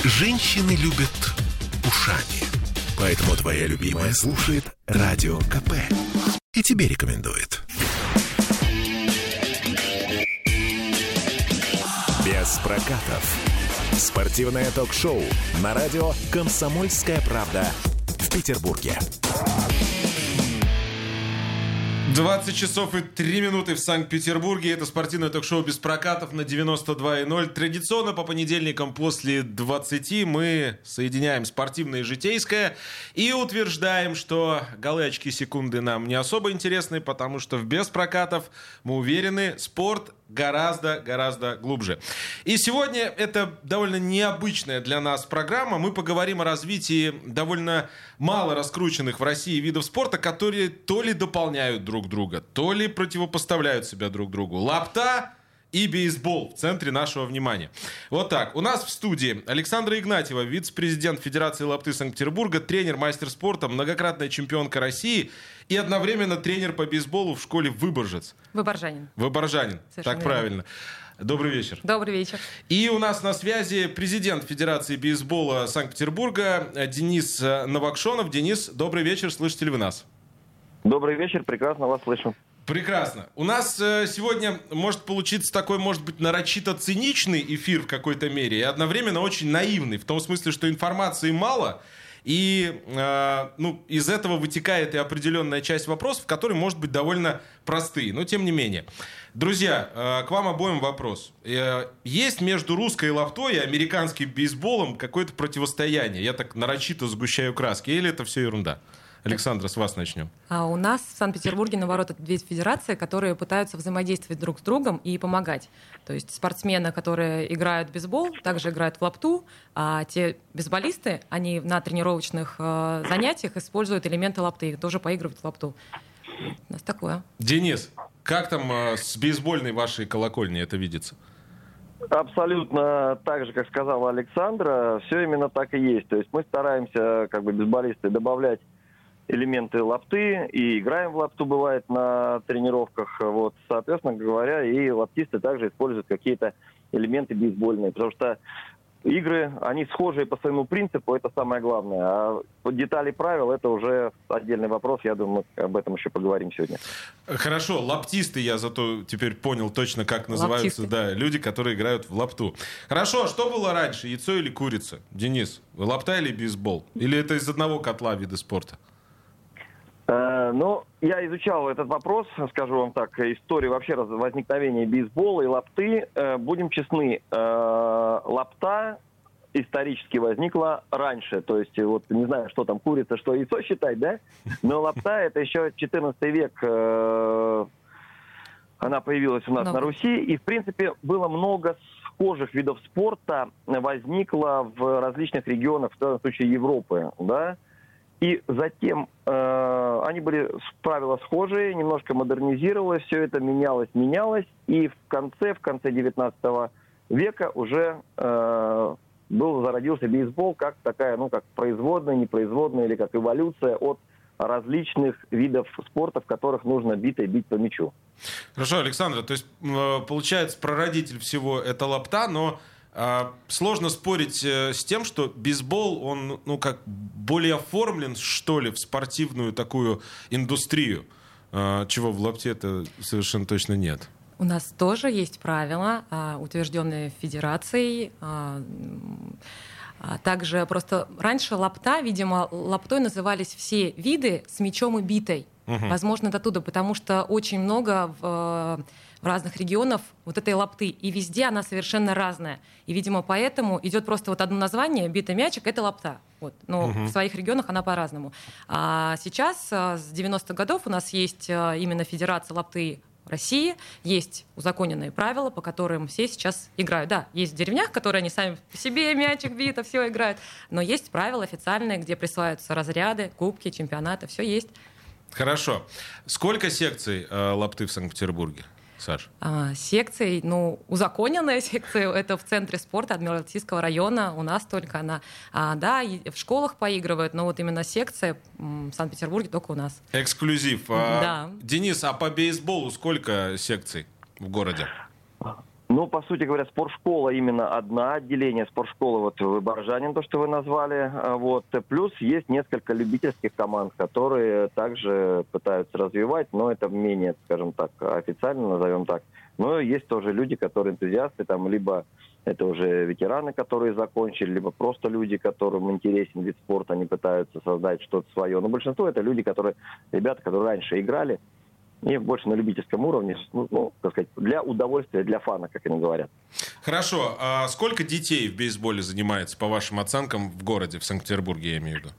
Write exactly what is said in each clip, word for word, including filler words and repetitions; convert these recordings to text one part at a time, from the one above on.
Женщины любят ушами. Поэтому твоя любимая слушает Радио КП. И тебе рекомендует. Без прокатов. Спортивное ток-шоу на радио «Комсомольская правда» в Петербурге. двадцать часов и три минуты в Санкт-Петербурге. Это спортивное ток-шоу «Без прокатов» на девяносто два и ноль. Традиционно по понедельникам после двадцати мы соединяем спортивное и житейское и утверждаем, что голы, очки, секунды нам не особо интересны, потому что в «Без прокатов» мы уверены, спорт гораздо-гораздо глубже. И сегодня это довольно необычная для нас программа. Мы поговорим о развитии довольно мало раскрученных в России видов спорта, которые то ли дополняют друг друга, то ли противопоставляют себя друг другу. Лапта и бейсбол в центре нашего внимания. Вот так. У нас в студии Александра Игнатьева, вице-президент Федерации лапты Санкт-Петербурга, тренер, мастер спорта, многократная чемпионка России и одновременно тренер по бейсболу в школе «Выборжец». Выборжанин. Выборжанин. Совершенно Так верно. Правильно. Добрый вечер. Добрый вечер. И у нас на связи президент Федерации бейсбола Санкт-Петербурга Денис Новокшонов. Денис, добрый вечер. Слышите ли вы нас? Добрый вечер. Прекрасно вас слышу. Прекрасно. У нас э, сегодня может получиться такой, может быть, нарочито циничный эфир в какой-то мере и одновременно очень наивный, в том смысле, что информации мало, и э, ну, из этого вытекает и определенная часть вопросов, которые, может быть, довольно простые, но тем не менее. Друзья, э, к вам обоим вопрос. Э, есть между русской лаптой и американским бейсболом какое-то противостояние? Я так нарочито сгущаю краски, или это все ерунда? Александра, с вас начнем. А у нас в Санкт-Петербурге, наоборот, это две федерации, которые пытаются взаимодействовать друг с другом и помогать. То есть спортсмены, которые играют в бейсбол, также играют в лапту, а те бейсболисты, они на тренировочных э, занятиях используют элементы лапты, тоже поигрывают в лапту. У нас такое. Денис, как там э, с бейсбольной вашей колокольни это видится? Абсолютно так же, как сказала Александра, все именно так и есть. То есть мы стараемся, как бы бейсболисты, добавлять элементы лапты, и играем в лапту, бывает, на тренировках. Вот, соответственно говоря, и лаптисты также используют какие-то элементы бейсбольные, потому что игры, они схожие по своему принципу, это самое главное. А детали правил, это уже отдельный вопрос, я думаю, мы об этом еще поговорим сегодня. Хорошо, лаптисты, я зато теперь понял точно, как называются, да, люди, которые играют в лапту. Хорошо, а что было раньше, яйцо или курица? Денис, лапта или бейсбол? Или это из одного котла виды спорта? Ну, я изучал этот вопрос, скажу вам так, историю вообще возникновения бейсбола и лапты. Будем честны, лапта исторически возникла раньше. То есть, вот не знаю, что там, курица, что яйцо считать, да? Но лапта — это еще четырнадцатый век, она появилась у нас много. на Руси. И, в принципе, было много схожих видов спорта, возникло в различных регионах, в данном случае Европы, да? И затем э, они были, правила схожие, немножко модернизировалось, все это менялось, менялось. И в конце, в конце девятнадцатого века уже э, был, зародился бейсбол как такая, ну, как производная, непроизводная или как эволюция от различных видов спорта, в которых нужно бить и бить по мячу. Хорошо, Александра, то есть, получается, прародитель всего это лапта, но сложно спорить с тем, что бейсбол, он, ну, как более оформлен, что ли, в спортивную такую индустрию, чего в лапте-то совершенно точно нет. У нас тоже есть правила, утвержденные федерацией. Также просто раньше лапта, видимо, лаптой назывались все виды с мячом и битой. Угу. Возможно, это оттуда, потому что очень много в, в разных регионах вот этой лапты, и везде она совершенно разная. И, видимо, поэтому идет просто вот одно название, битый мячик — это лапта. Вот. Но угу. в своих регионах она по-разному. А сейчас, с девяностых годов, у нас есть именно Федерация лапты России, есть узаконенные правила, по которым все сейчас играют. Да, есть в деревнях, которые они сами по себе мячик бьют, а все играют. Но есть правила официальные, где присылаются разряды, кубки, чемпионаты, все есть. Хорошо. Сколько секций э, лапты в Санкт-Петербурге, Саш? А, секций, ну, узаконенная секция, это в центре спорта Адмиралтейского района, у нас только она. А, да, в школах поигрывают, но вот именно секция в Санкт-Петербурге только у нас. Эксклюзив. А, да. Денис, а по бейсболу сколько секций в городе? Ну, по сути говоря, спортшкола именно одна, отделение спортшколы, вот Выборжанин, то, что вы назвали, вот, плюс есть несколько любительских команд, которые также пытаются развивать, но это менее, скажем так, официально, назовем так, но есть тоже люди, которые энтузиасты, там, либо это уже ветераны, которые закончили, либо просто люди, которым интересен вид спорта, они пытаются создать что-то свое, но большинство это люди, которые, ребята, которые раньше играли, и больше на любительском уровне, ну, ну, так сказать, для удовольствия, для фана, как они говорят. Хорошо. А сколько детей в бейсболе занимается, по вашим оценкам, в городе, в Санкт-Петербурге, я имею в виду?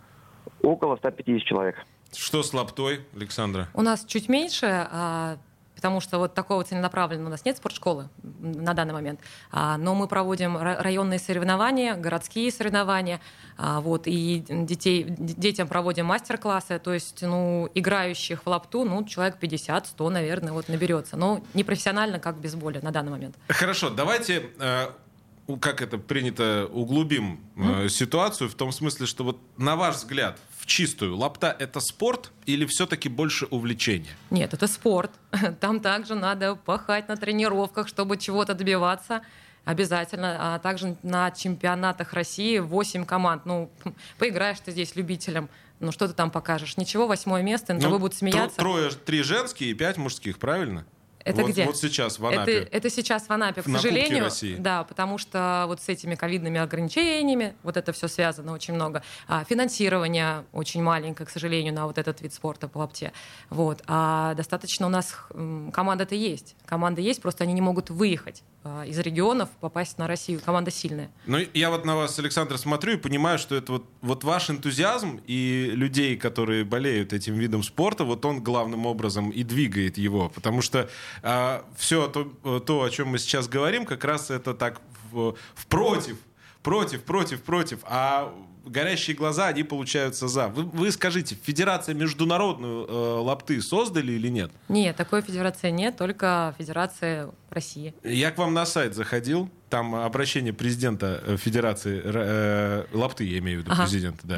Около ста пятидесяти человек. Что с лаптой, Александра? У нас чуть меньше, потому что вот такого целенаправленного у нас нет спортшколы на данный момент. Но мы проводим районные соревнования, городские соревнования, вот, и детей, детям проводим мастер-классы, то есть, ну, играющих в лапту, ну, человек пятьдесят-сто, наверное, вот наберется. Но не профессионально, как в бейсболе на данный момент. Хорошо, давайте, э, как это принято, углубим э, mm. ситуацию в том смысле, что вот на ваш взгляд, в чистую, лапта — это спорт или все-таки больше увлечение? Нет, это спорт. Там также надо пахать на тренировках, чтобы чего-то добиваться. Обязательно. А также на чемпионатах России восемь команд. Ну, поиграешь ты здесь любителем. Ну, что ты там покажешь? Ничего, восьмое место, на тобой будут смеяться. Трое, три женские и пять мужских, правильно? Это вот, где? Вот сейчас в Анапе. Это, это сейчас в Анапе, к на сожалению. Кубке России. Да, потому что вот с этими ковидными ограничениями вот это все связано очень много. А финансирование очень маленькое, к сожалению, на вот этот вид спорта по лапте. Вот. А достаточно у нас команда-то есть. Команда есть, просто они не могут выехать из регионов, попасть на Россию. Команда сильная. Ну, я вот на вас, Александр, смотрю и понимаю, что это вот, вот ваш энтузиазм и людей, которые болеют этим видом спорта, вот он главным образом и двигает его. Потому что а, все то, то, о чем мы сейчас говорим, как раз это так в, в против, против, против, против. А горящие глаза, они получаются за. Вы, вы скажите, федерация международную э, лапты создали или нет? Нет, такой федерации нет, только федерация России. Я к вам на сайт заходил, там обращение президента Федерации э, лапты, я имею в виду, ага. президента, да.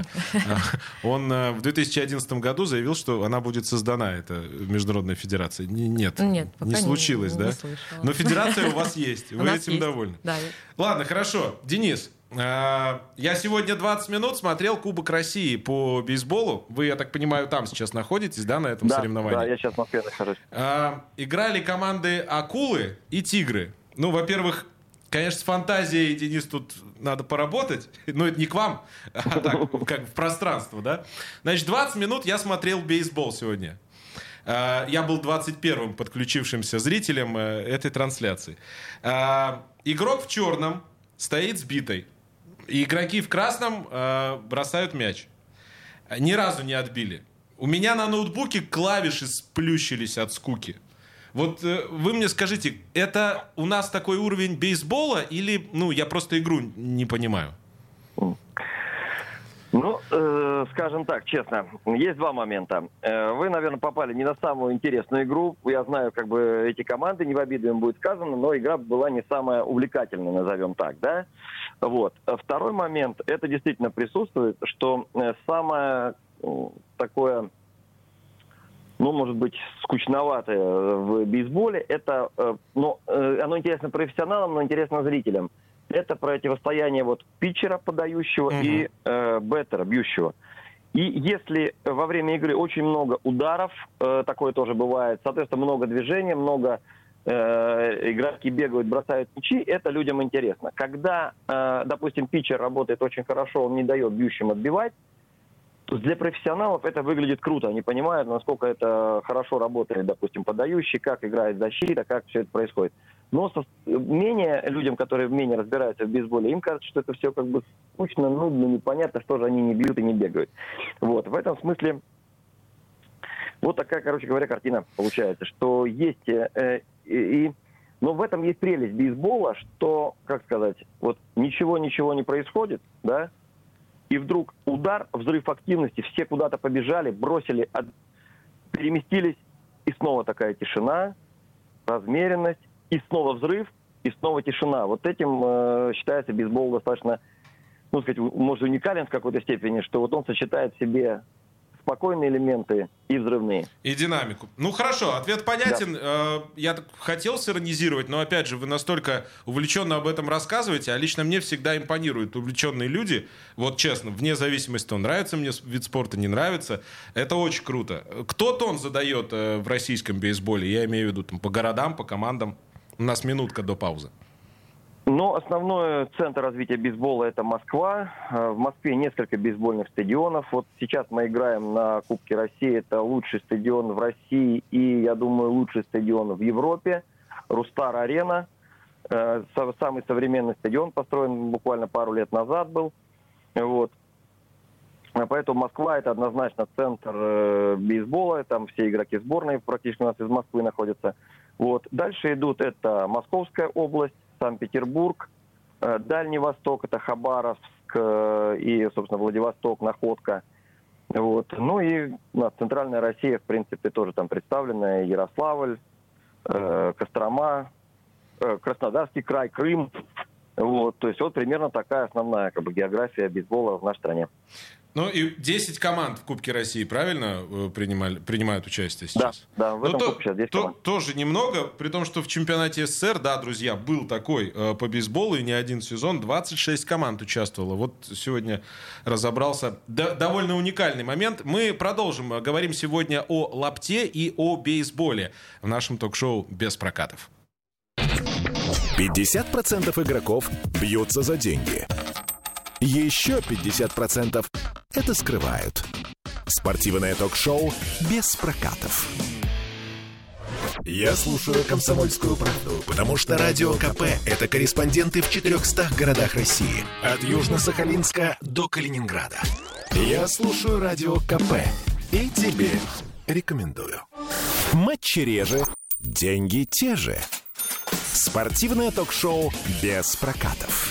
Он э, в две тысячи одиннадцатом году заявил, что она будет создана, эта междуначальная федерация. Нет, нет не случилось, не, да? Не слышала. Но федерация у вас есть, вы этим довольны. Да. Ладно, хорошо. Денис, я сегодня двадцать минут смотрел Кубок России по бейсболу. Вы, я так понимаю, там сейчас находитесь, да, на этом да, соревновании? Да, я сейчас в Москве нахожусь. Играли команды «Акулы» и «Тигры». Ну, во-первых, конечно, с фантазией, Денис, тут надо поработать. Но это не к вам, а так, как в пространство, да? Значит, двадцать минут я смотрел бейсбол сегодня. Я был двадцать первым подключившимся зрителем этой трансляции. Игрок в черном стоит сбитой. И игроки в красном э, бросают мяч. Ни разу не отбили. У меня на ноутбуке клавиши сплющились от скуки. Вот э, вы мне скажите, это у нас такой уровень бейсбола или, ну, я просто игру не понимаю? Ну, э, скажем так, честно, есть два момента. Э, вы, наверное, попали не на самую интересную игру. Я знаю, как бы эти команды, не в обиду им будет сказано, но игра была не самая увлекательная, назовем так, да? Вот. Второй момент, это действительно присутствует, что самое э, такое, ну, может быть, скучноватое в бейсболе, это, э, ну, э, оно интересно профессионалам, но интересно зрителям. Это противостояние вот питчера подающего uh-huh. и э, беттера бьющего. И если во время игры очень много ударов, э, такое тоже бывает, соответственно, много движения, много э, игроки бегают, бросают мячи, это людям интересно. Когда, э, допустим, питчер работает очень хорошо, он не дает бьющим отбивать, то для профессионалов это выглядит круто. Они понимают, насколько это хорошо работает, допустим, подающий, как играет защита, как все это происходит. Но со, менее людям, которые менее разбираются в бейсболе, им кажется, что это все как бы скучно, нудно, непонятно, что же они не бьют и не бегают. Вот. В этом смысле вот такая, короче говоря, картина получается, что есть э, и, но в этом есть прелесть бейсбола, что, как сказать, вот ничего-ничего не происходит, да, и вдруг удар, взрыв активности, все куда-то побежали, бросили, от... переместились, и снова такая тишина, размеренность, и снова взрыв, и снова тишина. Вот этим э, считается бейсбол достаточно, ну, сказать, может, уникален в какой-то степени, что вот он сочетает в себе спокойные элементы и взрывные. И динамику. Ну хорошо, ответ понятен. Да. Я так хотел сиронизировать, но опять же, вы настолько увлеченно об этом рассказываете, а лично мне всегда импонируют увлеченные люди. Вот честно, вне зависимости, он нравится мне вид спорта, не нравится. Это очень круто. Кто тон задает в российском бейсболе? Я имею в виду там, по городам, по командам. У нас минутка до паузы. Но основной центр развития бейсбола – это Москва. В Москве несколько бейсбольных стадионов. Вот сейчас мы играем на Кубке России. Это лучший стадион в России и, я думаю, лучший стадион в Европе. Рустар-арена. Самый современный стадион, построен буквально пару лет назад был. Вот. Поэтому Москва – это однозначно центр бейсбола. Там все игроки сборной практически у нас из Москвы находятся. Вот. Дальше идут это Московская область, Санкт-Петербург, Дальний Восток, это Хабаровск и, собственно, Владивосток, Находка. Вот. Ну и у нас Центральная Россия, в принципе, тоже там представлена. Ярославль, Кострома, Краснодарский край, Крым. Вот. То есть вот примерно такая основная как бы, география бейсбола в нашей стране. Ну и десять команд в Кубке России, правильно, принимали, принимают участие сейчас? Да, да, в этом ну, Кубке сейчас десять то, команд. Тоже немного, при том, что в чемпионате СССР, да, друзья, был такой э, по бейсболу, и не один сезон, двадцать шесть команд участвовало. Вот сегодня разобрался. Д- довольно уникальный момент. Мы продолжим. Говорим сегодня о лапте и о бейсболе в нашем ток-шоу «Без прокатов». пятьдесят процентов игроков бьются за деньги. Еще пятьдесят процентов это скрывают. Спортивное ток-шоу «Без прокатов». Я слушаю «Комсомольскую правду», потому что Радио КП – это корреспонденты в четырехстах городах России. От Южно-Сахалинска до Калининграда. Я слушаю Радио КП и тебе рекомендую. Матчи реже, деньги те же. Спортивное ток-шоу «Без прокатов».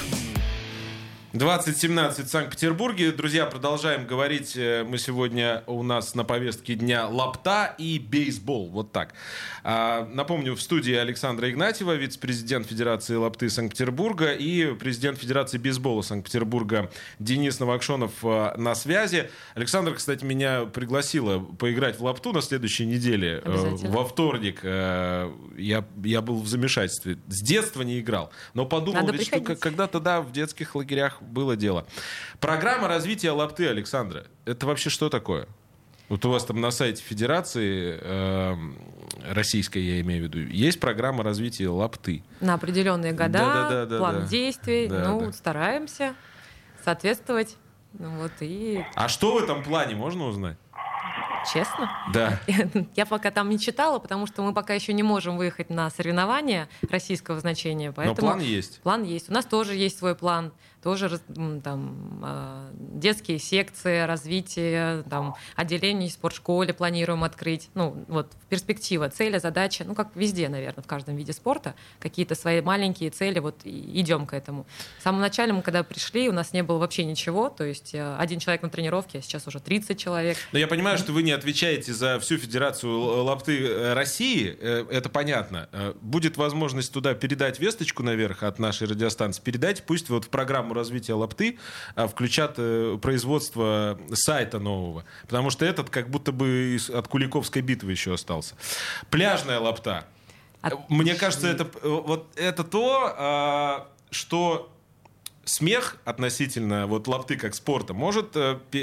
двадцать семнадцать в Санкт-Петербурге. Друзья, продолжаем говорить. Мы сегодня, у нас на повестке дня лапта и бейсбол. Вот так. А, напомню, в студии Александра Игнатьева, вице-президент Федерации лапты Санкт-Петербурга, и президент Федерации бейсбола Санкт-Петербурга Денис Новокшонов на связи. Александра, кстати, меня пригласила поиграть в лапту на следующей неделе. Во вторник. Я, я был в замешательстве. С детства не играл. Но подумал, ведь, что когда-то, да, в детских лагерях было дело. Программа развития лапты, Александра, это вообще что такое? Вот у вас там на сайте Федерации э, российской, я имею в виду, есть программа развития лапты. На определенные года, да, да, да, план да. действий. Да, ну, да. стараемся соответствовать. Вот, и... А что в этом плане, можно узнать? Честно? Да. Я пока там не читала, потому что мы пока еще не можем выехать на соревнования российского значения. Поэтому но план есть? План есть. У нас тоже есть свой план. Тоже там, детские секции, развитие, там, отделение в спортшколе планируем открыть. Ну, вот перспектива, цели, задачи, ну, как везде, наверное, в каждом виде спорта. Какие-то свои маленькие цели, вот идем к этому. В самом начале мы, когда пришли, у нас не было вообще ничего. То есть один человек на тренировке, а сейчас уже тридцать человек. Но я понимаю, что вы не отвечаете за всю Федерацию лапты России, это понятно. Будет возможность туда передать весточку наверх от нашей радиостанции. Передайте, пусть вот в программу развития лапты включат производство сайта нового. Потому что этот как будто бы от Куликовской битвы еще остался. Пляжная лапта. От... Мне кажется, это, вот, это то, что смех относительно вот, лапты как спорта может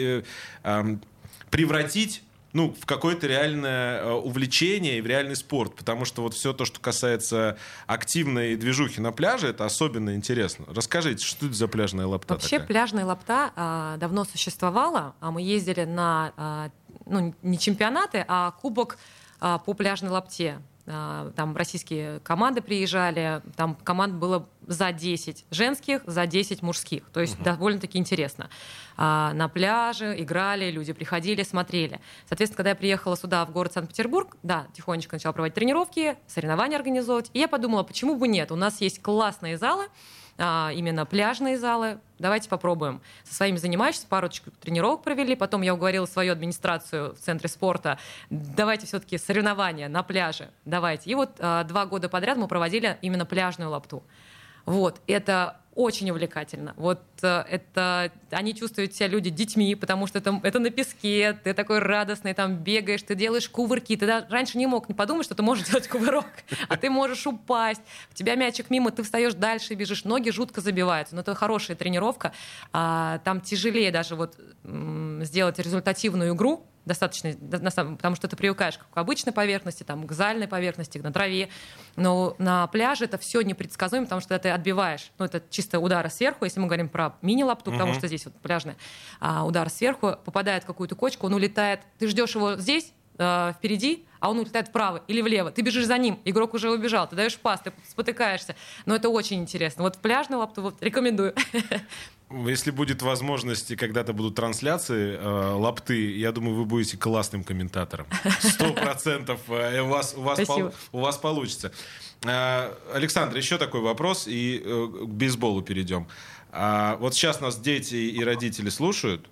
превратить ну, в какое-то реальное увлечение и в реальный спорт. Потому что вот все то, что касается активной движухи на пляже, это особенно интересно. Расскажите, что это за пляжная лапта Вообще такая? Пляжная лапта а, давно существовала. А мы ездили на, а, ну, не чемпионаты, а кубок а, по пляжной лапте. А, там российские команды приезжали, там команд было за десять женских, за десять мужских. То есть угу. довольно-таки интересно. А, на пляже играли, люди приходили, смотрели. Соответственно, когда я приехала сюда, в город Санкт-Петербург, да, тихонечко начала проводить тренировки, соревнования организовывать. И я подумала, почему бы нет? У нас есть классные залы, а, именно пляжные залы. Давайте попробуем. Со своими занимающимися парочку тренировок провели. Потом я уговорила свою администрацию в Центре спорта. Давайте все-таки соревнования на пляже. Давайте. И вот а, два года подряд мы проводили именно пляжную лапту. Вот. Это Очень увлекательно. Вот э, это они чувствуют себя люди детьми, потому что это, это на песке, ты такой радостный, там бегаешь, ты делаешь кувырки. Ты да, раньше не мог не подумать, что ты можешь делать кувырок, а ты можешь упасть. У тебя мячик мимо, ты встаешь дальше и бежишь. Ноги жутко забиваются. Но это хорошая тренировка. А, там тяжелее даже вот м- сделать результативную игру. Достаточно, потому что ты привыкаешь к обычной поверхности, там, к зальной поверхности, на траве. Но на пляже это все непредсказуемо, потому что ты отбиваешь. Ну, это чисто удары сверху, если мы говорим про мини-лапту, uh-huh. потому что здесь вот пляжный а, удар сверху, попадает в какую-то кочку, он улетает. Ты ждешь его здесь, э, впереди, а он улетает вправо или влево. Ты бежишь за ним, игрок уже убежал, ты даешь пас, ты спотыкаешься. Но это очень интересно. Вот пляжную лапту вот, рекомендую. Если будет возможность, и когда-то будут трансляции э, лапты, я думаю, вы будете классным комментатором. Сто процентов у вас, у, вас пол, у вас получится. Э, Александр, еще такой вопрос, и э, к бейсболу перейдем. А, вот сейчас нас дети и родители слушают,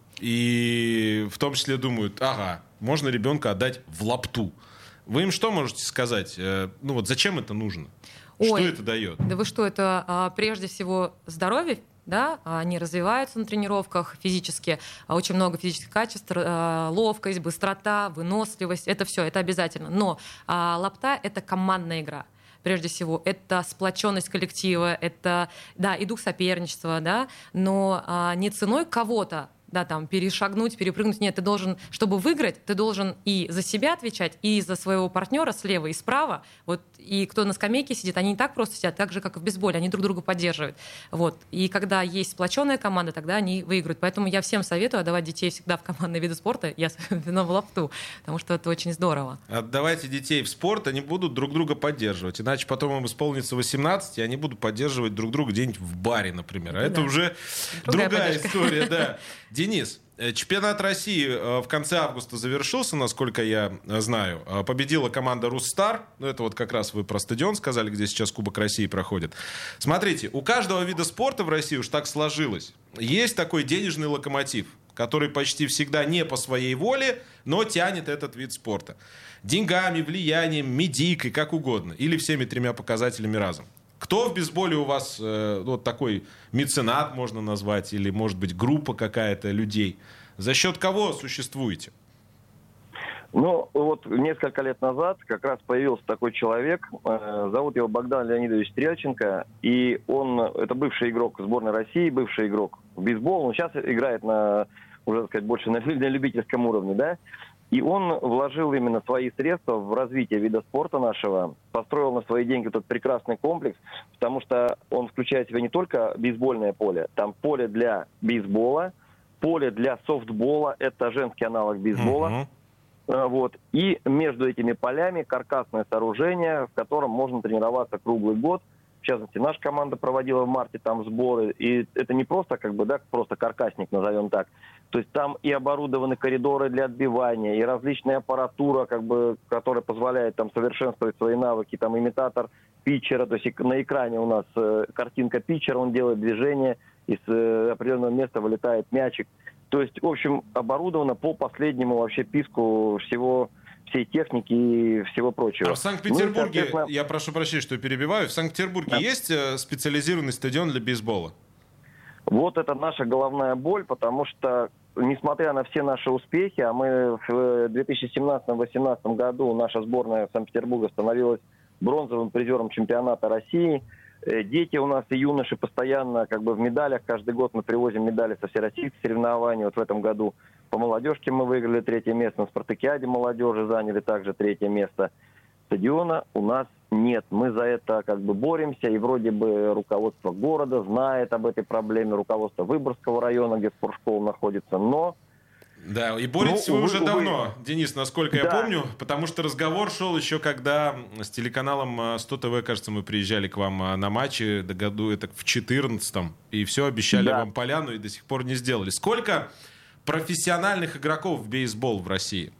и в том числе думают, ага, можно ребенка отдать в лапту. Вы им что можете сказать? Э, ну вот зачем это нужно? Ой, что это дает? Да вы что, это а, прежде всего здоровье. Да, они развиваются на тренировках физически, очень много физических качеств, ловкость, быстрота, выносливость, это все, это обязательно. Но а, лапта — это командная игра. Прежде всего, это сплоченность коллектива, это, да, и дух соперничества, да, но а, не ценой кого-то, да, там, перешагнуть, перепрыгнуть. Нет, ты должен, чтобы выиграть, ты должен и за себя отвечать, и за своего партнера слева и справа. Вот, и кто на скамейке сидит, они не так просто сидят, так же, как и в бейсболе, они друг друга поддерживают. Вот. И когда есть сплоченная команда, тогда они выиграют. Поэтому я всем советую отдавать детей всегда в командные виды спорта, я особенно в лапту, потому что это очень здорово. Отдавайте детей в спорт, они будут друг друга поддерживать. Иначе потом им исполнится восемнадцать, и они будут поддерживать друг друга где-нибудь в баре, например. А да. Это уже другая, другая история, да. Денис, чемпионат России в конце августа завершился, насколько я знаю. Победила команда «Руссtar». Ну, это вот как раз вы про стадион сказали, где сейчас Кубок России проходит. Смотрите, у каждого вида спорта в России уж так сложилось. Есть такой денежный локомотив, который почти всегда не по своей воле, но тянет этот вид спорта. Деньгами, влиянием, медийкой, как угодно. Или всеми тремя показателями разом. Кто в бейсболе у вас э, вот такой меценат, можно назвать, или, может быть, группа какая-то людей? За счет кого существуете? Ну, вот несколько лет назад как раз появился такой человек, э, зовут его Богдан Леонидович Стрельченко, и он, это бывший игрок сборной России, бывший игрок в бейсбол, он сейчас играет на, уже, так сказать, больше на, на любительском уровне, да? И он вложил именно свои средства в развитие вида спорта нашего, построил на свои деньги этот прекрасный комплекс, потому что он включает в себя не только бейсбольное поле, там поле для бейсбола, поле для софтбола, это женский аналог бейсбола, uh-huh. вот, и между этими полями каркасное сооружение, в котором можно тренироваться круглый год. В частности, наша команда проводила в марте там сборы, и это не просто как бы, да, просто каркасник, назовем так. То есть там и оборудованы коридоры для отбивания, и различная аппаратура, как бы, которая позволяет там совершенствовать свои навыки, там имитатор питчера, то есть на экране у нас э, картинка питчера, он делает движение, из э, определенного места вылетает мячик. То есть, в общем, оборудовано по последнему вообще писку всего, всей техники и всего прочего. А в Санкт-Петербурге, ну, я прошу прощения, что перебиваю, в Санкт-Петербурге да. есть специализированный стадион для бейсбола? Вот это наша головная боль, потому что, несмотря на все наши успехи, а мы в две тысячи семнадцатом — две тысячи восемнадцатом году, наша сборная Санкт-Петербурга становилась бронзовым призером чемпионата России. Дети у нас и юноши постоянно как бы в медалях. Каждый год мы привозим медали со всероссийских соревнований. Вот в этом году по молодежке мы выиграли третье место. На спартакиаде молодежи заняли также третье место. Стадиона у нас нет. Мы за это как бы боремся. И вроде бы руководство города знает об этой проблеме. Руководство Выборгского района, где спортшкола находится. Но... Да, и боретесь ну, вы уже увы, давно, увы. Денис, насколько да. я помню, потому что разговор шел еще, когда с телеканалом сто ТВ, кажется, мы приезжали к вам на матчи, до году это в четырнадцатом, и все обещали да. вам поляну, и до сих пор не сделали. Сколько профессиональных игроков в бейсбол в России?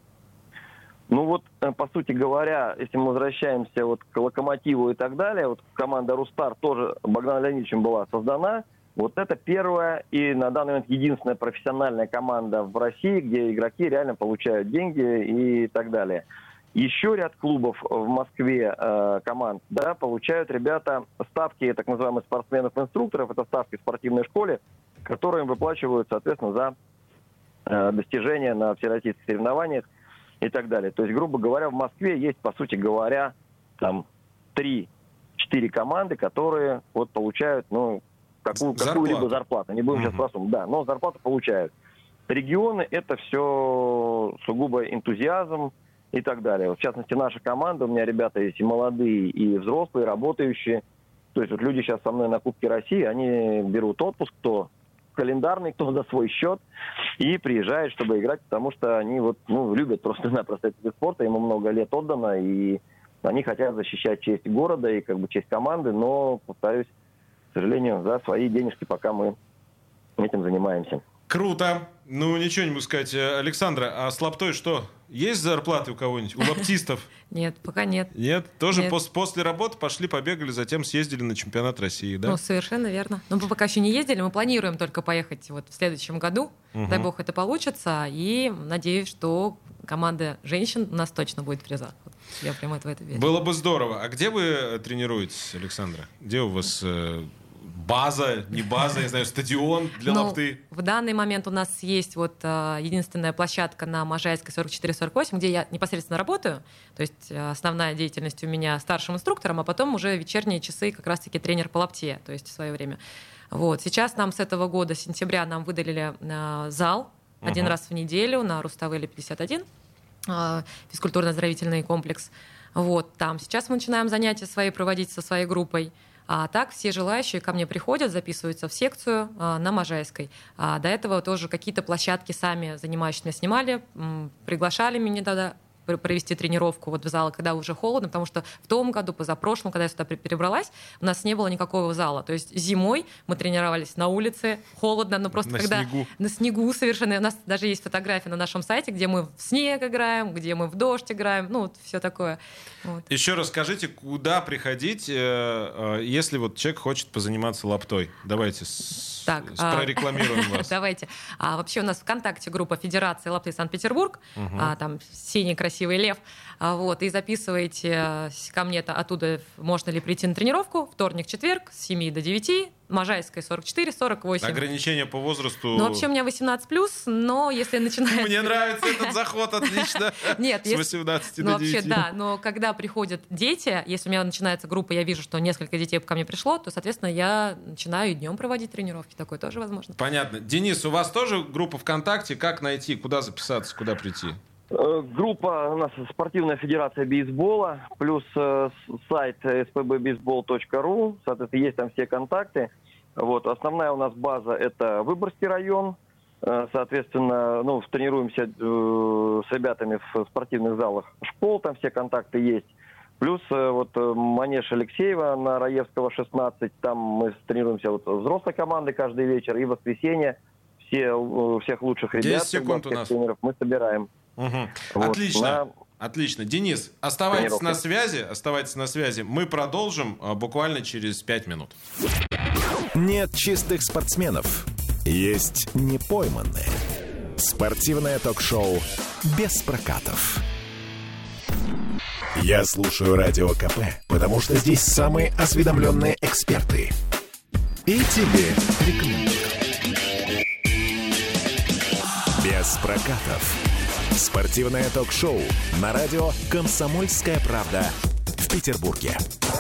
Ну вот, по сути говоря, если мы возвращаемся вот к Локомотиву и так далее, вот команда «Руссtar» тоже Богданом Леонидовичем была создана. Вот это первая и на данный момент единственная профессиональная команда в России, где игроки реально получают деньги и так далее. Еще ряд клубов в Москве, э, команд, да, получают ребята ставки так называемых спортсменов-инструкторов, это ставки в спортивной школе, которые им выплачивают, соответственно, за э, достижения на всероссийских соревнованиях и так далее. То есть, грубо говоря, в Москве есть, по сути говоря, там три-четыре команды, которые вот получают, ну, какую, какую-либо зарплату. Не будем mm-hmm. сейчас про сумму, да, но зарплату получают. Регионы — это все сугубо энтузиазм и так далее. Вот, в частности, наша команда, у меня ребята есть и молодые, и взрослые, работающие. То есть вот люди сейчас со мной на Кубке России, они берут отпуск, кто календарный, кто за свой счет, и приезжают, чтобы играть, потому что они вот, ну, любят просто-напросто этот вид спорта, ему много лет отдано, и они хотят защищать честь города и как бы честь команды, но, повторюсь, к сожалению, за свои денежки пока мы этим занимаемся. Круто. Ну, ничего не могу сказать. Александра, а с лаптой что? Есть зарплаты у кого-нибудь? У лаптистов? Нет, пока нет. Нет? Тоже после работы пошли, побегали, затем съездили на чемпионат России, да? Ну, совершенно верно. Но мы пока еще не ездили, мы планируем только поехать вот в следующем году. Дай бог это получится. И надеюсь, что команда женщин у нас точно будет в призах. Я прямо в это верю. Было бы здорово. А где вы тренируетесь, Александра? Где у вас... База, не база, я знаю, стадион для ну, лапты? В данный момент у нас есть вот э, единственная площадка на Можайской сорок четыре сорок восемь, где я непосредственно работаю. То есть э, основная деятельность у меня старшим инструктором, а потом уже вечерние часы как раз-таки тренер по лапте, то есть в свое время. Вот. Сейчас нам с этого года, с сентября, нам выделили э, зал uh-huh. один раз в неделю на Руставели пятьдесят один, э, физкультурно-оздоровительный комплекс. Вот. Там сейчас мы начинаем занятия свои проводить со своей группой. А так все желающие ко мне приходят, записываются в секцию а, на Можайской. А до этого тоже какие-то площадки сами занимающиеся меня снимали, м, приглашали меня тогда провести тренировку вот в зал, когда уже холодно, потому что в том году, позапрошлом, когда я сюда перебралась, у нас не было никакого зала. То есть зимой мы тренировались на улице, холодно, но просто на когда... снегу. На снегу совершенно. У нас даже есть фотографии на нашем сайте, где мы в снег играем, где мы в дождь играем, ну, вот все такое. Вот. Еще раз скажите, куда приходить, если вот человек хочет позаниматься лаптой? Давайте с... Так, прорекламируем а... вас. Давайте. А вообще у нас ВКонтакте группа Федерации лапты Санкт-Петербург, угу. а, там синий красивый лев, а, вот, и записывайте ко мне оттуда, можно ли прийти на тренировку, вторник-четверг с семи до девяти, Можайская сорок четыре сорок восемь. Ограничения по возрасту? Ну, вообще у меня восемнадцать плюс, но если начинается... Мне нравится этот заход, отлично. Нет, с восемнадцати до девяти. Ну, вообще, да, но когда приходят дети, если у меня начинается группа, я вижу, что несколько детей ко мне пришло, то, соответственно, я начинаю и днем проводить тренировки. Такое тоже возможно. Понятно. Денис, у вас тоже группа ВКонтакте? Как найти? Куда записаться? Куда прийти? Группа у нас спортивная федерация бейсбола, плюс э, сайт эс пэ бэ бейсбол точка ру, соответственно, есть там все контакты. Вот. Основная у нас база — это Выборгский район, э, соответственно, ну, тренируемся э, с ребятами в спортивных залах школ, там все контакты есть. Плюс э, вот манеж Алексеева на Раевского шестнадцать, там мы тренируемся вот взрослой командой каждый вечер, и в воскресенье все, всех лучших ребят, десять секунд у нас. Тренеров мы собираем. Угу. Вот, Отлично. на... Отлично. Денис, оставайтесь на связи, оставайтесь на связи. Мы продолжим а, буквально через пять минут. Нет чистых спортсменов. Есть непойманные. Спортивное ток-шоу «Без прокатов». Я слушаю Радио КП, потому что здесь самые осведомленные эксперты. И тебе рекомендую. «Без прокатов». Спортивное ток-шоу на радио «Комсомольская правда» в Петербурге.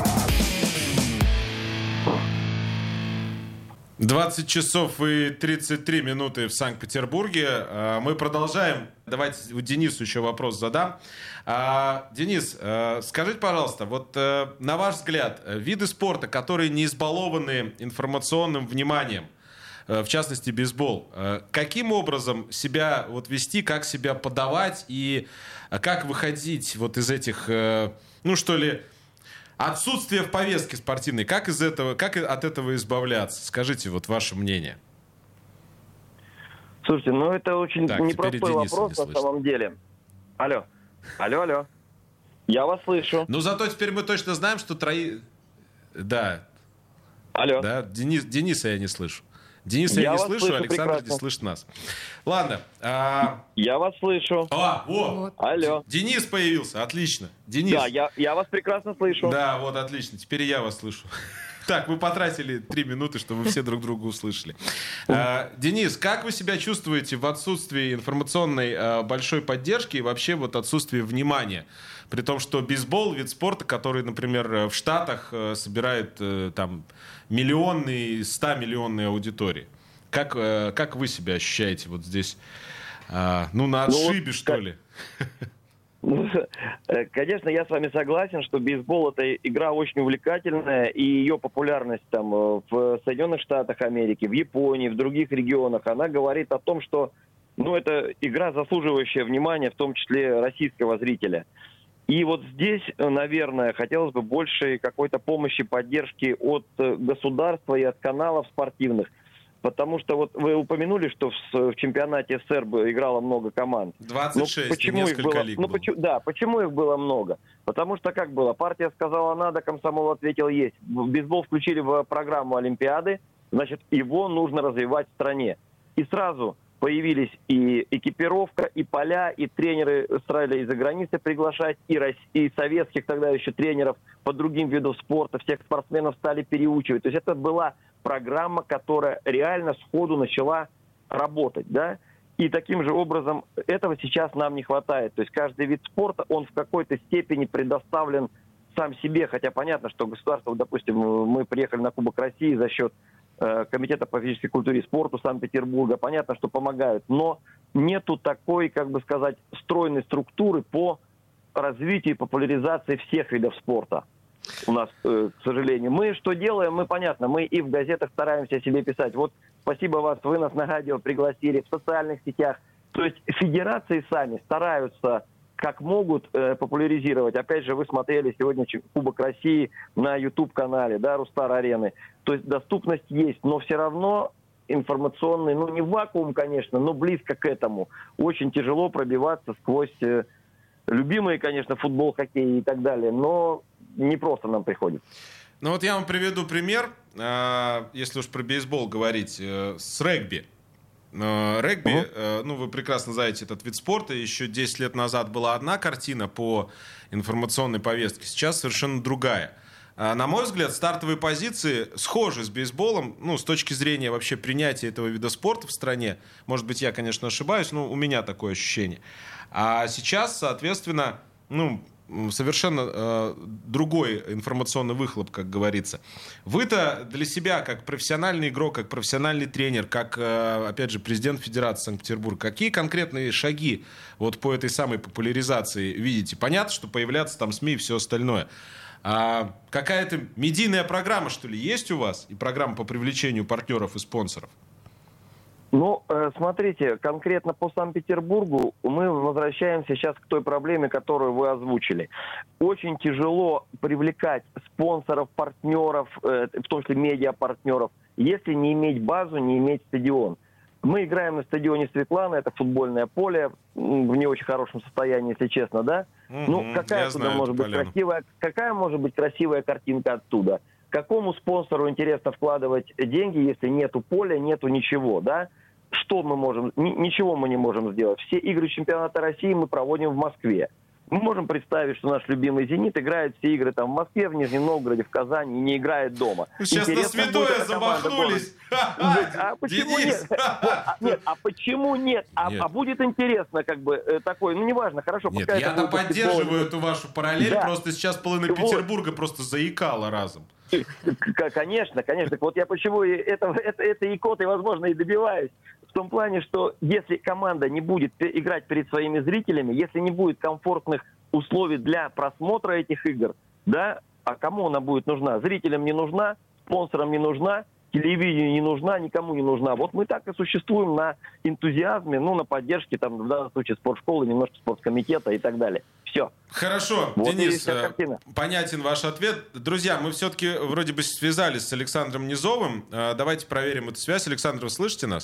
двадцать часов и тридцать три минуты в Санкт-Петербурге. Мы продолжаем. Давайте Денису еще вопрос задам. Денис, скажите, пожалуйста, вот на ваш взгляд, виды спорта, которые не избалованы информационным вниманием, в частности, бейсбол. Каким образом себя вот вести, как себя подавать и как выходить вот из этих, ну что ли, отсутствия в повестке спортивной? Как из этого, как от этого избавляться? Скажите вот ваше мнение. Слушайте, ну это очень так, непростой вопрос не на самом деле. Алло, алло, алло. Я вас слышу. Ну зато теперь мы точно знаем, что трои... Да. Алло. Да, Денис, Дениса я не слышу. Дениса я, я не вас слышу, слышу Александр прекрасно. не слышит нас. Ладно. А... Я вас слышу. А, вот. Вот. Алло. Денис появился, отлично. Денис. Да, я, я вас прекрасно слышу. Да, вот, отлично. Теперь и я вас слышу. Так, вы потратили три минуты, чтобы все друг друга услышали. А, Денис, как вы себя чувствуете в отсутствии информационной а, большой поддержки и вообще вот отсутствии внимания? При том, что бейсбол — вид спорта, который, например, в Штатах а, собирает а, там миллионные, стамиллионные аудитории. Как, а, как вы себя ощущаете вот здесь? А, ну, на отшибе, ну, что как... ли? Ну, конечно, я с вами согласен, что бейсбол — это игра очень увлекательная, и ее популярность там в Соединенных Штатах Америки, в Японии, в других регионах, она говорит о том, что ну, это игра, заслуживающая внимания, в том числе российского зрителя. И вот здесь, наверное, хотелось бы больше какой-то помощи, поддержки от государства и от каналов спортивных. Потому что вот вы упомянули, что в, в чемпионате СССР играло много команд. двадцать шесть, ну, почему несколько их было, лиг ну, было. почему, да, почему их было много? Потому что как было? Партия сказала надо, комсомол ответил есть. Бейсбол включили в программу Олимпиады, значит, его нужно развивать в стране. И сразу появились и экипировка, и поля, и тренеры стали из-за границы приглашать, и, Россия, и советских тогда еще тренеров по другим видам спорта, всех спортсменов стали переучивать. То есть это была программа, которая реально сходу начала работать, да, и таким же образом этого сейчас нам не хватает. То есть каждый вид спорта, он в какой-то степени предоставлен сам себе, хотя понятно, что государство, допустим, мы приехали на Кубок России за счет э, Комитета по физической культуре и спорту Санкт-Петербурга, понятно, что помогают, но нету такой, как бы сказать, стройной структуры по развитию и популяризации всех видов спорта. У нас, э, к сожалению. Мы что делаем? Мы, понятно, мы и в газетах стараемся о себе писать. Вот спасибо вас, вы нас на радио пригласили, в социальных сетях. То есть федерации сами стараются, как могут, э, популяризировать. Опять же, вы смотрели сегодня Кубок России на YouTube-канале, да, Рустар-арены. То есть доступность есть, но все равно информационный, ну не вакуум, конечно, но близко к этому. Очень тяжело пробиваться сквозь э, любимые, конечно, футбол, хоккей и так далее, но не просто нам приходится. Ну вот я вам приведу пример, если уж про бейсбол говорить, с регби. Регби, uh-huh. ну вы прекрасно знаете этот вид спорта, еще десять лет назад была одна картина по информационной повестке, сейчас совершенно другая. На мой взгляд, стартовые позиции схожи с бейсболом, ну, с точки зрения вообще принятия этого вида спорта в стране. Может быть, я, конечно, ошибаюсь, но у меня такое ощущение. А сейчас, соответственно, ну, совершенно э, другой информационный выхлоп, как говорится. Вы-то для себя, как профессиональный игрок, как профессиональный тренер, как, э, опять же, президент Федерации Санкт-Петербурга, какие конкретные шаги вот по этой самой популяризации видите? Понятно, что появляться там СМИ и все остальное. А какая-то медийная программа, что ли, есть у вас? И программа по привлечению партнеров и спонсоров? Ну, смотрите, конкретно по Санкт-Петербургу мы возвращаемся сейчас к той проблеме, которую вы озвучили. Очень тяжело привлекать спонсоров, партнеров, в том числе медиапартнеров, если не иметь базу, не иметь стадион. Мы играем на стадионе Светлана, это футбольное поле, в не очень хорошем состоянии, если честно, да? Mm-hmm. Ну, какая туда может быть красивая, какая может быть красивая картинка оттуда? Какому спонсору интересно вкладывать деньги, если нету поля, нету ничего, да? Что мы можем? Ничего мы не можем сделать. Все игры чемпионата России мы проводим в Москве. Мы можем представить, что наш любимый «Зенит» играет все игры там в Москве, в Нижнем Новгороде, в Казани и не играет дома. Сейчас интересно, на святое замахнулись. А почему нет? Нет, а почему нет? А будет интересно, как бы, такой, ну неважно, хорошо. Нет, я поддерживаю эту вашу параллель, просто сейчас половина Петербурга просто заикала разом. Конечно, конечно. Так вот я почему это, это, этой икотой, возможно, и добиваюсь. В том плане, что если команда не будет играть перед своими зрителями, если не будет комфортных условий для просмотра этих игр, да, а кому она будет нужна? Зрителям не нужна, спонсорам не нужна, телевидению не нужна, никому не нужна. Вот мы так и существуем на энтузиазме, ну, на поддержке, там, в данном случае, спортшколы, немножко спорткомитета и так далее. Все. Хорошо, вот Денис, понятен ваш ответ. Друзья, мы все-таки вроде бы связались с Александром Низовым. Давайте проверим эту связь. Александр, вы слышите нас?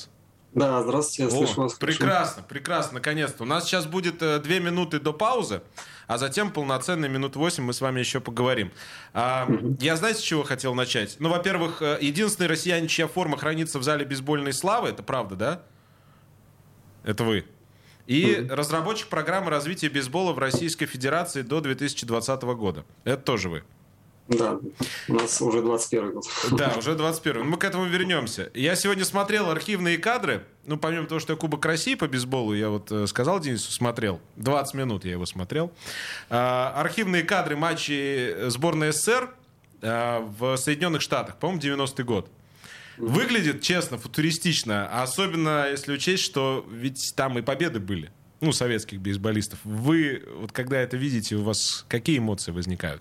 Да, здравствуйте, я слышу О, вас. прекрасно, прекрасно, наконец-то. У нас сейчас будет э, две минуты до паузы, а затем полноценные минут восемь мы с вами еще поговорим. А, угу. Я, знаете, с чего хотел начать? Ну, во-первых, единственный россиянин, чья форма хранится в зале бейсбольной славы, это правда, да? Это вы. И угу. разработчик программы развития бейсбола в Российской Федерации до две тысячи двадцатого года. Это тоже вы. Да, у нас уже двадцать первый год. Да, уже двадцать первый. Мы к этому вернемся. Я сегодня смотрел архивные кадры. Ну, помимо того, что я Кубок России по бейсболу, я вот э, сказал Денису, смотрел. двадцать минут я его смотрел. Э, архивные кадры матчей сборной СССР э, в Соединенных Штатах, по-моему, девяностый год. Выглядит, честно, футуристично. Особенно, если учесть, что ведь там и победы были. Ну, советских бейсболистов. Вы, вот когда это видите, у вас какие эмоции возникают?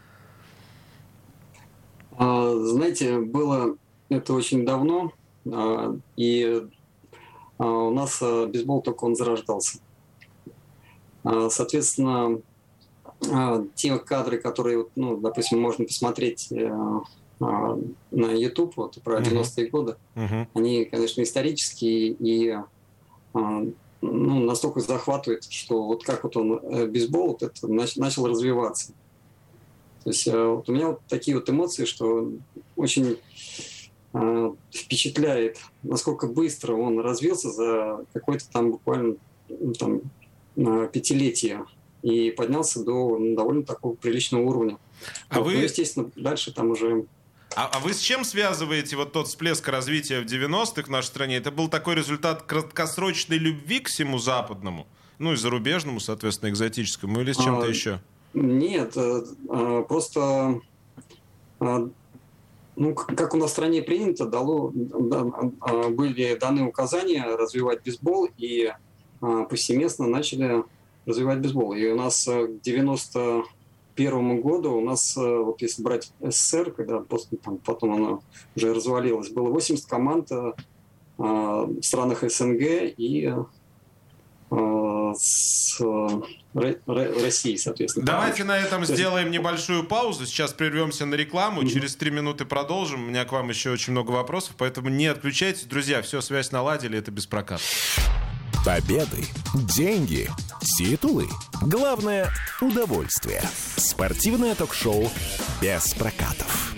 Знаете, было это очень давно, и у нас бейсбол только он зарождался. Соответственно, те кадры, которые, ну, допустим, можно посмотреть на YouTube вот, про девяностые годы, uh-huh. они, конечно, исторические и ну, настолько захватывают, что вот как вот он, бейсбол, вот это начал развиваться. То есть вот у меня вот такие вот эмоции, что очень э, впечатляет, насколько быстро он развился за какое-то там буквально там, пятилетие и поднялся до довольно такого приличного уровня. А вот, вы... Ну, естественно, дальше там уже... А, а вы с чем связываете вот тот всплеск развития в девяностых в нашей стране? Это был такой результат краткосрочной любви к всему западному, ну и зарубежному, соответственно, экзотическому, или с чем-то а... еще? Нет, просто, ну, как у нас в стране принято, дало, были даны указания развивать бейсбол, и повсеместно начали развивать бейсбол. И у нас к девяносто первому году, у нас, вот если брать СССР, когда после, там, потом она уже развалилась, было восемьдесят команд в странах СНГ и с России, соответственно. Давайте на этом сделаем небольшую паузу. Сейчас прервемся на рекламу. Через три минуты продолжим. У меня к вам еще очень много вопросов, поэтому не отключайтесь. Друзья, все, связь наладили, это без проката. Победы, деньги, титулы. Главное – удовольствие. Спортивное ток-шоу без прокатов.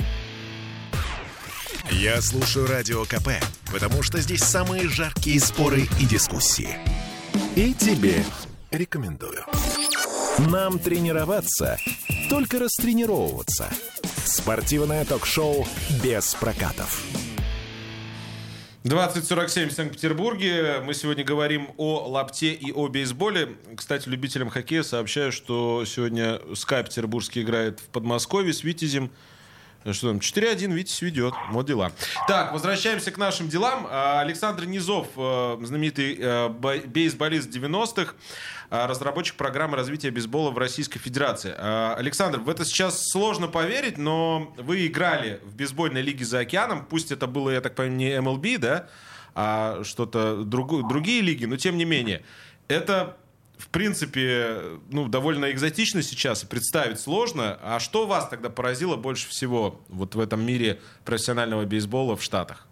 Я слушаю Радио КП, потому что здесь самые жаркие споры и дискуссии. И тебе рекомендую. Нам тренироваться, только растренировываться. Спортивное ток-шоу без прокатов. двадцать сорок семь в Санкт-Петербурге. Мы сегодня говорим о лапте и о бейсболе. Кстати, любителям хоккея сообщаю, что сегодня СКА Петербургский играет в Подмосковье с Витязем. Что там? четыре один, Витязь ведет. Вот дела. Так, возвращаемся к нашим делам. Александр Низов, знаменитый бейсболист девяностых, разработчик программы развития бейсбола в Российской Федерации. Александр, в это сейчас сложно поверить, но вы играли в бейсбольной лиге за океаном. Пусть это было, я так понимаю, не эм эл би, да, а что-то друг, другие лиги, но тем не менее. Это... В принципе, ну, довольно экзотично сейчас и представить сложно. А что вас тогда поразило больше всего вот в этом мире профессионального бейсбола в Штатах?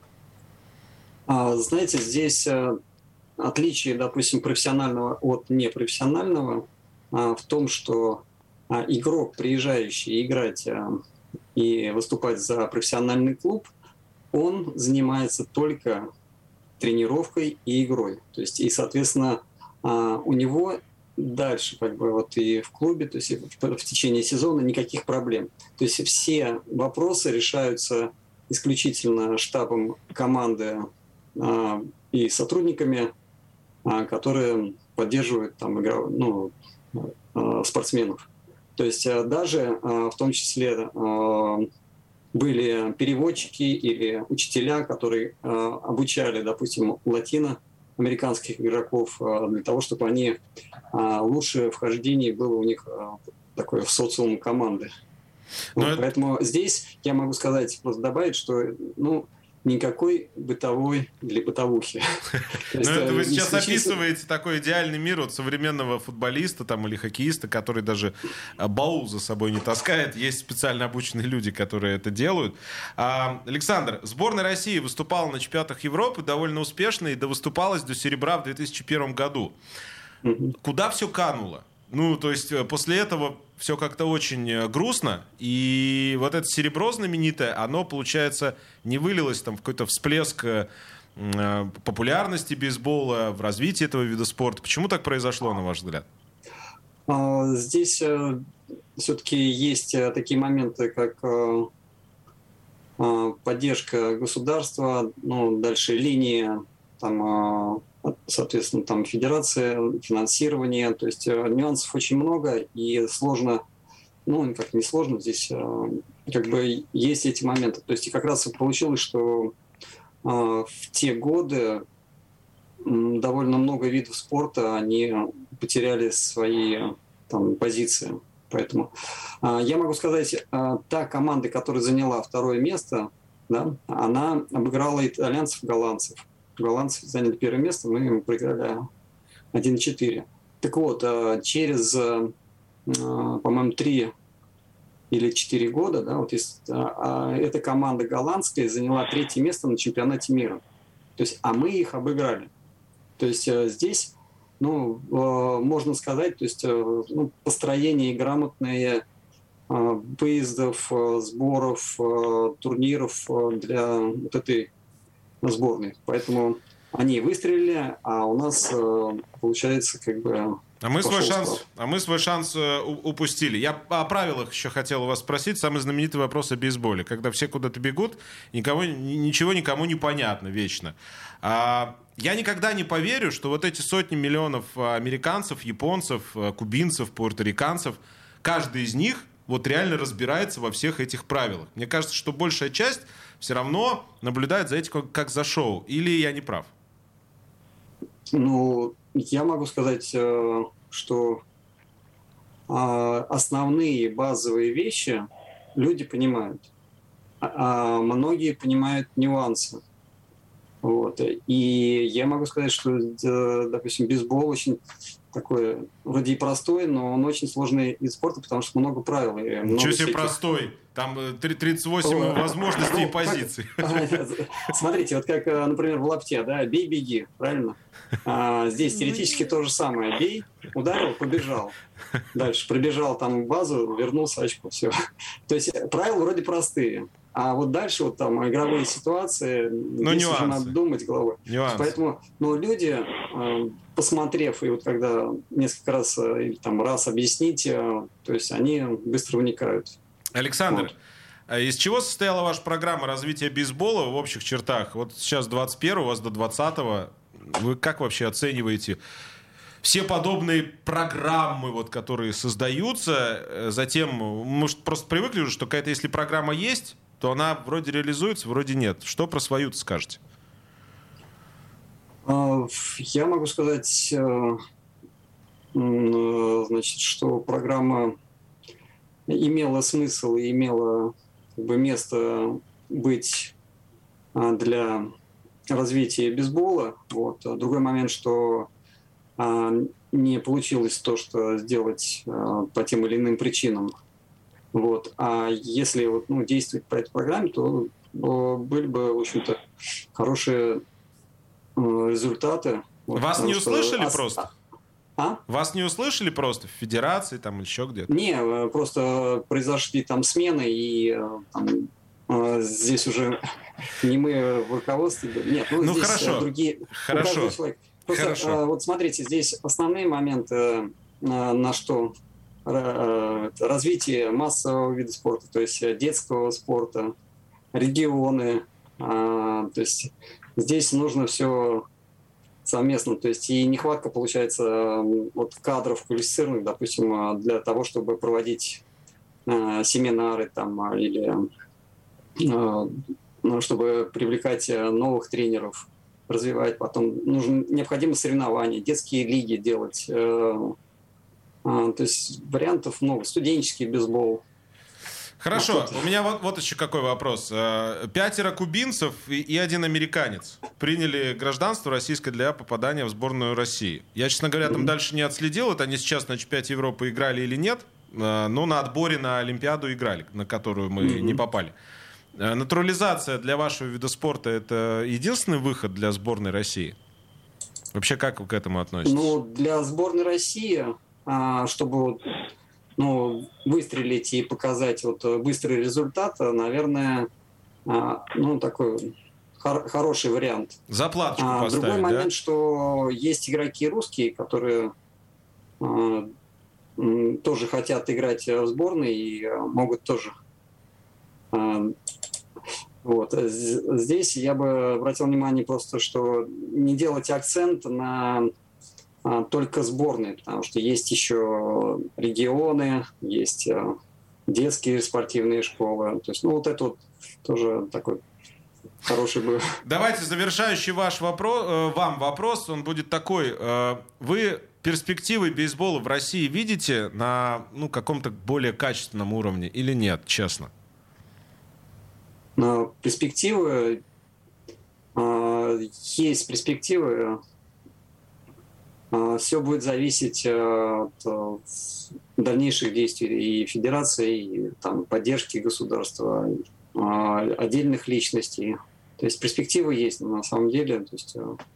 А, знаете, здесь а, отличие, допустим, профессионального от непрофессионального а, в том, что а, игрок, приезжающий играть а, и выступать за профессиональный клуб, он занимается только тренировкой и игрой. То есть, и, соответственно, Uh, у него дальше, как бы, вот и в клубе, то есть в, в течение сезона никаких проблем. То есть все вопросы решаются исключительно штабом команды uh, и сотрудниками, uh, которые поддерживают там игра, ну, uh, спортсменов. То есть uh, даже uh, в том числе uh, были переводчики или учителя, которые uh, обучали, допустим, латино американских игроков для того, чтобы они лучше вхождение было у них такое в социум команды. Вот, это... Поэтому здесь я могу сказать, просто добавить, что ну, никакой бытовой или бытовухи. Ну, это вы сейчас описываете такой идеальный мир вот современного футболиста там, или хоккеиста, который даже баул за собой не таскает. Есть специально обученные люди, которые это делают. А, Александр, сборная России выступала на чемпионатах Европы довольно успешно и довыступалась до серебра в две тысячи первом году. Mm-hmm. Куда все кануло? Ну, то есть после этого все как-то очень грустно, и вот это серебро знаменитое, оно, получается, не вылилось там в какой-то всплеск э, популярности бейсбола, в развитии этого вида спорта. Почему так произошло, на ваш взгляд? Здесь э, все-таки есть такие моменты, как э, поддержка государства, ну, дальше линия, там, э, соответственно, там федерация, финансирование, то есть э, нюансов очень много, и сложно, ну, как не сложно, здесь э, как бы есть эти моменты. То есть и как раз получилось, что э, в те годы э, довольно много видов спорта, они потеряли свои там позиции. Поэтому э, я могу сказать, э, та команда, которая заняла второе место, да, она обыграла итальянцев и голландцев. Голландцы заняли первое место, мы им проиграли один четыре. Так вот, через, по-моему, три или четыре года, да, вот есть, эта команда голландская заняла третье место на чемпионате мира. То есть, а мы их обыграли. То есть здесь, ну, можно сказать, то есть, ну, построение грамотное выездов, сборов, турниров для вот этой сборной. Поэтому они выстрелили, а у нас э, получается как бы... А мы, свой шанс, а мы свой шанс э, упустили. Я о правилах еще хотел у вас спросить. Самый знаменитый вопрос о бейсболе. Когда все куда-то бегут, никого, ничего никому не понятно вечно. А, я никогда не поверю, что вот эти сотни миллионов американцев, японцев, кубинцев, пуэрториканцев, каждый из них вот реально разбирается во всех этих правилах. Мне кажется, что большая часть все равно наблюдает за этим как, как за шоу. Или я не прав? Ну, я могу сказать, что основные базовые вещи люди понимают. А многие понимают нюансы. Вот. И я могу сказать, что, допустим, бейсбол очень такой, вроде и простой, но он очень сложный вид спорта, потому что много правил. Ничего себе всяких... простой. Там тридцать восемь О, возможностей и позиций. Смотрите, вот как, например, в лапте, да, бей, беги, правильно? А, здесь теоретически то же самое. Бей, ударил, побежал. Дальше пробежал там базу, вернулся, очко, все. То есть правила вроде простые. А вот дальше вот там игровые ситуации, ну, здесь нюансы. Уже надо думать головой. Нюансы. Поэтому, ну, люди, посмотрев и вот когда несколько раз или там раз объяснить, то есть они быстро вникают. Александр, вот. Из чего состояла ваша программа развития бейсбола в общих чертах? Вот сейчас двадцать первого, у вас до двадцатого. Вы как вообще оцениваете все подобные программы, вот, которые создаются? Затем, может, просто привыкли уже, что какая-то, если программа есть, то она вроде реализуется, вроде нет. Что про свою-то скажете? Я могу сказать, значит, что программа имела смысл и имела как бы место быть для развития бейсбола. Вот. Другой момент, что не получилось то, что сделать по тем или иным причинам. Вот. А если вот, ну, действовать по этой программе, то были бы, в общем-то, хорошие результаты. Вот. Вас не услышали что... просто? А? Вас не услышали просто в федерации там или еще где-то? Не, просто произошли там смены, и там, здесь уже не мы в руководстве. Нет, ну, ну здесь хорошо. другие. Хорошо. Просто, хорошо. Вот смотрите, здесь основные моменты, на что развитие массового вида спорта, то есть детского спорта, регионы. То есть здесь нужно все совместно. То есть и нехватка, получается, вот кадров квалифицированных, допустим, для того, чтобы проводить семинары там, или чтобы привлекать новых тренеров, развивать. Потом нужно, необходимо соревнования, детские лиги делать. То есть вариантов много. Студенческий бейсбол. Хорошо, у меня вот, вот еще какой вопрос. Пятеро кубинцев и, и один американец приняли гражданство российское для попадания в сборную России. Я, честно говоря, там дальше не отследил, это они сейчас на чемпионате Европы играли или нет, но на отборе на Олимпиаду играли, на которую мы mm-hmm. не попали. Натурализация для вашего вида спорта — это единственный выход для сборной России? Вообще, как вы к этому относитесь? Ну, для сборной России, чтобы... Ну, выстрелить и показать вот быстрый результат, наверное, ну, такой хор- хороший вариант. Заплаточку а, поставить, другой да? момент, что есть игроки русские, которые а, тоже хотят играть в сборной и могут тоже. А, вот. Здесь я бы обратил внимание просто, что не делать акцент на... только сборные, потому что есть еще регионы, есть детские спортивные школы. То есть, ну, вот это вот тоже такой хороший был. Давайте завершающий ваш вопрос, вам вопрос, он будет такой. Вы перспективы бейсбола в России видите на, ну, каком-то более качественном уровне или нет, честно? Но перспективы, есть перспективы. Все будет зависеть от дальнейших действий и федерации, и там, поддержки государства, отдельных личностей. То есть перспективы есть на самом деле. То есть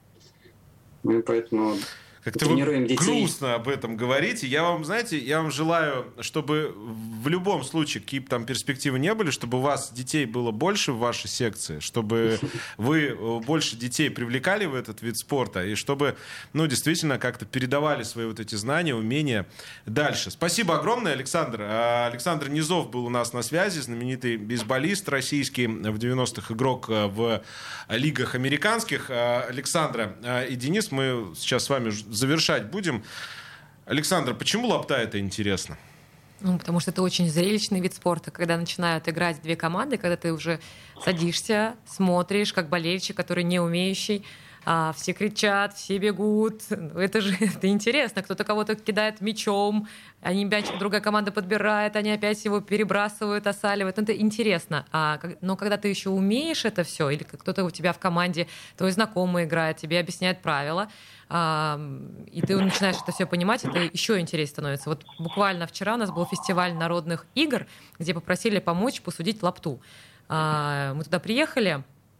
мы поэтому как-то тренируем вы детей. Грустно об этом говорите. Я вам, знаете, я вам желаю, чтобы в любом случае, какие бы там перспективы не были, чтобы у вас детей было больше в вашей секции, чтобы вы больше детей привлекали в этот вид спорта, и чтобы, ну, действительно, как-то передавали свои вот эти знания, умения дальше. Спасибо огромное, Александр. Александр Низов был у нас на связи, знаменитый бейсболист российский, в девяностых игрок в лигах американских. Александра и Денис, мы сейчас с вами завершать будем. Александр, почему лапта это интересно? Ну, потому что это очень зрелищный вид спорта, когда начинают играть две команды, когда ты уже садишься, смотришь, как болельщик, который не умеющий, а все кричат, все бегут. Это же это интересно. Кто-то кого-то кидает мячом, они мяч, другая команда подбирает, они опять его перебрасывают, осаливают. Это интересно. А, но когда ты еще умеешь это все, или кто-то у тебя в команде, твой знакомый играет, тебе объясняет правила, а, и ты начинаешь это все понимать, это еще интереснее становится. Вот буквально вчера у нас был фестиваль народных игр, где попросили помочь посудить лапту. А, мы туда приехали,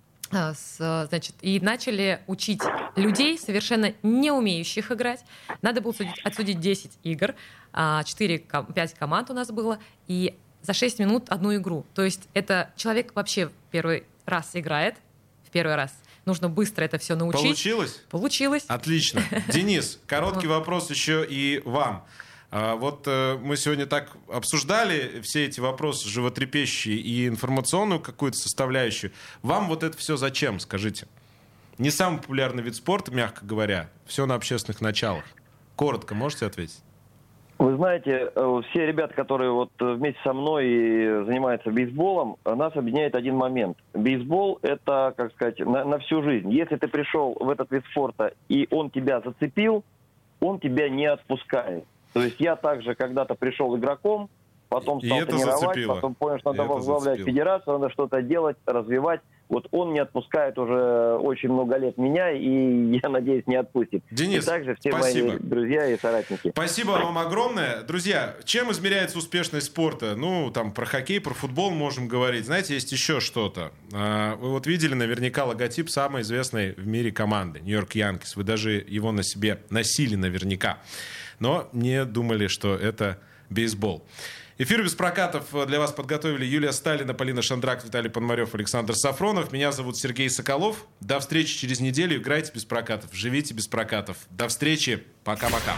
С, значит, и начали учить людей, совершенно не умеющих играть. Надо было судить, отсудить десять игр, четыре-пять команд у нас было, и за шесть минут одну игру. То есть это человек вообще в первый раз играет, в первый раз. Нужно быстро это все научить. Получилось? Получилось. Отлично. Денис, короткий вопрос еще и вам. Вот мы сегодня так обсуждали все эти вопросы животрепещущие и информационную какую-то составляющую. Вам вот это все зачем, скажите? Не самый популярный вид спорта, мягко говоря. Все на общественных началах. Коротко можете ответить? Вы знаете, все ребята, которые вот вместе со мной занимаются бейсболом, нас объединяет один момент. Бейсбол — это, как сказать, на, на всю жизнь. Если ты пришел в этот вид спорта, и он тебя зацепил, он тебя не отпускает. То есть я также когда-то пришел игроком, потом стал тренировать, зацепило. Потом понял, что надо возглавлять федерацию, надо что-то делать, развивать. Вот он не отпускает уже очень много лет меня, и я надеюсь, не отпустит. Денис, и также все спасибо. Мои друзья и соратники. Спасибо вам огромное. Друзья, чем измеряется успешность спорта? Ну, там, про хоккей, про футбол можем говорить. Знаете, есть еще что-то. Вы вот видели наверняка логотип самой известной в мире команды, Нью-Йорк Янкис. Вы даже его на себе носили наверняка. Но не думали, что это бейсбол. Эфир без прокатов для вас подготовили Юлия Сталина, Полина Шандрак, Виталий Пономарев, Александр Сафронов. Меня зовут Сергей Соколов. До встречи через неделю. Играйте без прокатов, живите без прокатов. До встречи. Пока-пока.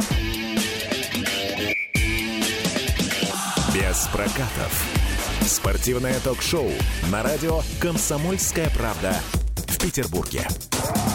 Без прокатов. Спортивное ток-шоу на радио «Комсомольская правда» в Петербурге.